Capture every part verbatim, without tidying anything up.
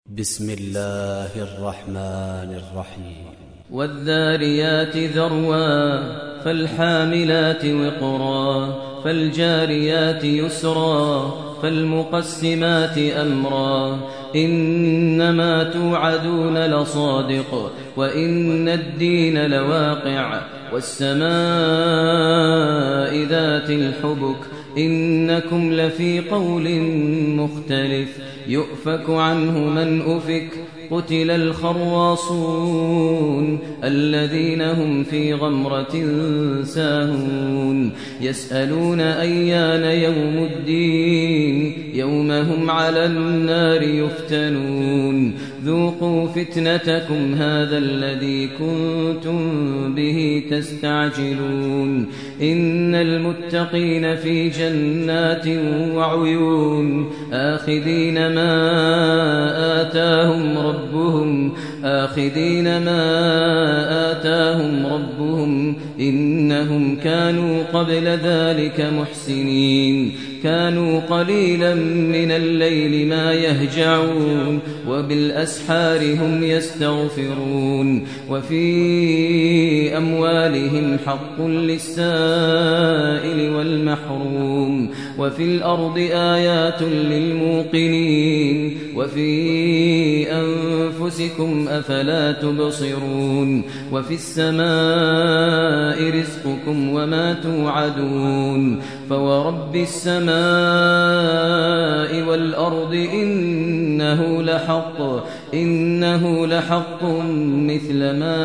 بسم الله الرحمن الرحيم والذاريات ذروا فالحاملات وقرا فالجاريات يسرا فالمقسمات أمرا إنما توعدون لصادق وإن الدين لواقع والسماء ذات الحبك إنكم لفي قول مختلف يؤفك عنه من أفك قتل الخراصون الذين هم في غمرة ساهون يسألون أيان يوم الدين يوم هم على النار يفتنون ذوقوا فتنتكم هذا الذي كنتم به تستعجلون إن المتقين في جنات وعيون آخذين ما آتاهم ربهم آخذين ما آتاهم ربهم إنهم كانوا قبل ذلك محسنين كانوا قليلا من الليل ما يهجعون وبالأسحار هم يستغفرون وفي أموالهم حق للسائل والمحروم وفي الأرض آيات للموقنين وفي أنفسكم أفلا تبصرون وفي السماء رزقكم وما توعدون فورب السماء والأرض إنه لحق إنه لحق مثل ما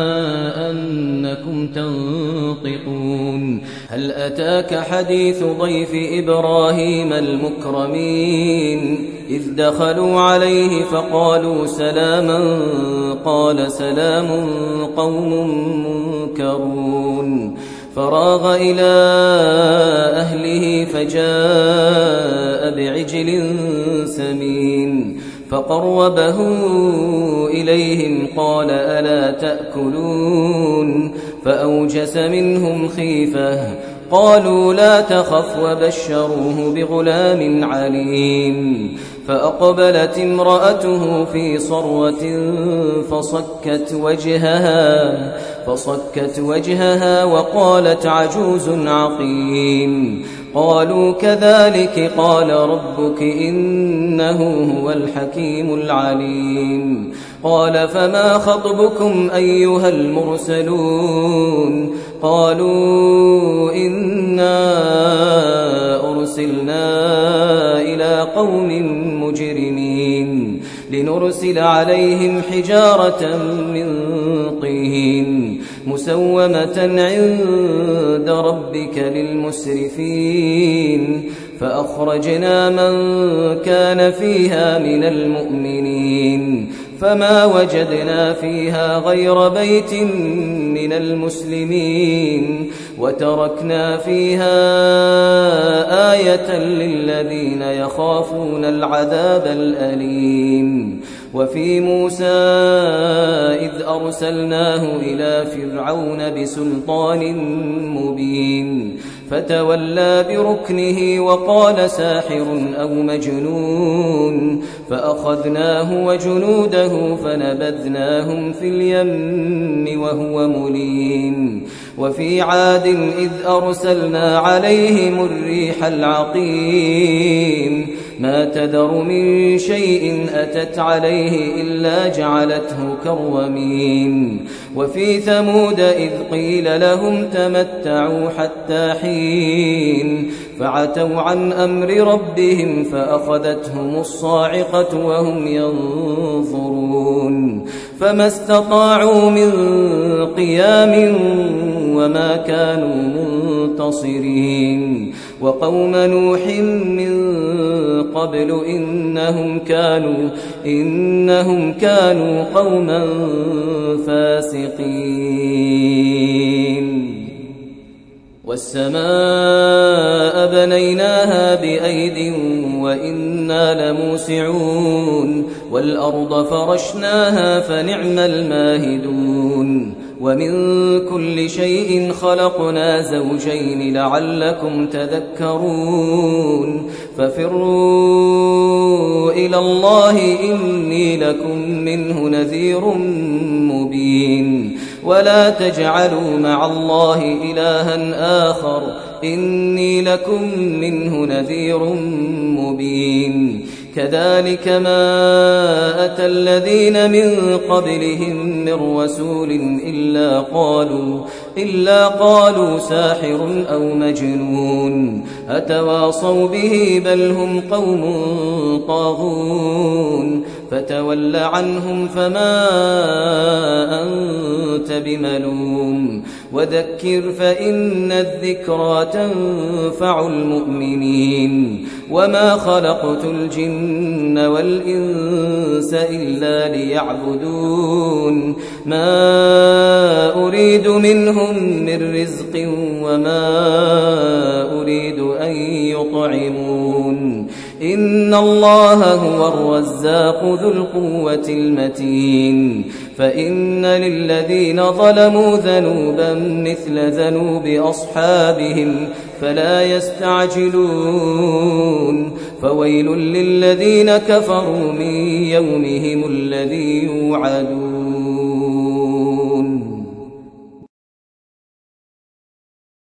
أنكم تنطقون هل أتاك حديث ضيف إبراهيم المكرمين إذ دخلوا عليه فقالوا سلاما قال سلام قوم منكرون فراغ إلى أهله فجاء بعجل سمين فقربه إليهم قال ألا تأكلون فأوجس منهم خيفة قالوا لا تخف وبشروه بغلام عليم فأقبلت امرأته في صروة فصكت وجهها فصكت وجهها وقالت عجوز عقيم قالوا كذلك قال ربك إنه هو الحكيم العليم قال فما خطبكم أيها المرسلون قالوا إنا أرسلنا إلى قوم مجرمين لنرسل عليهم حجارة من طين مسومة عند ربك للمسرفين فأخرجنا من كان فيها من المؤمنين فما وجدنا فيها غير بيت من المسلمين وتركنا فيها آية للذين يخافون العذاب الأليم وفي موسى إذ أرسلناه إلى فرعون بسلطان مبين فتولى بركنه وقال ساحر أو مجنون فأخذناه وجنوده فنبذناهم في اليم وهو مليم وفي عاد إذ أرسلنا عليهم الريح العقيم ما تذر من شيء أتت عليه إلا جعلته كالرميم وفي ثمود إذ قيل لهم تمتعوا حتى حين فعتوا عن أمر ربهم فأخذتهم الصاعقة وهم ينظرون فما استطاعوا من قيام وما كانوا منتصرين وقوم نوح من قبل إنهم كانوا إنهم كانوا قوما فاسقين والسماء بنيناها بأيد وإنا لموسعون والأرض فرشناها فنعم الماهدون ومن كل شيء خلقنا زوجين لعلكم تذكرون ففروا إلى الله إني لكم منه نذير مبين ولا تجعلوا مع الله إلها آخر إني لكم منه نذير مبين كذلك ما أتى الذين من قبلهم من رسول إلا قالوا, إلا قالوا ساحر أو مجنون أتواصوا به بل هم قوم طاغون فتول عنهم فما أنت بملوم وذكر فإن الذكرى تنفع المؤمنين وما خلقت الجن والإنس إلا ليعبدون ما أريد منهم من رزق وما أريد أن يطعمون إن الله هو الرزاق ذو القوة المتين فإن للذين ظلموا ذنوبا مثل ذنوب أصحابهم فلا يستعجلون فويل للذين كفروا من يومهم الذي يوعدون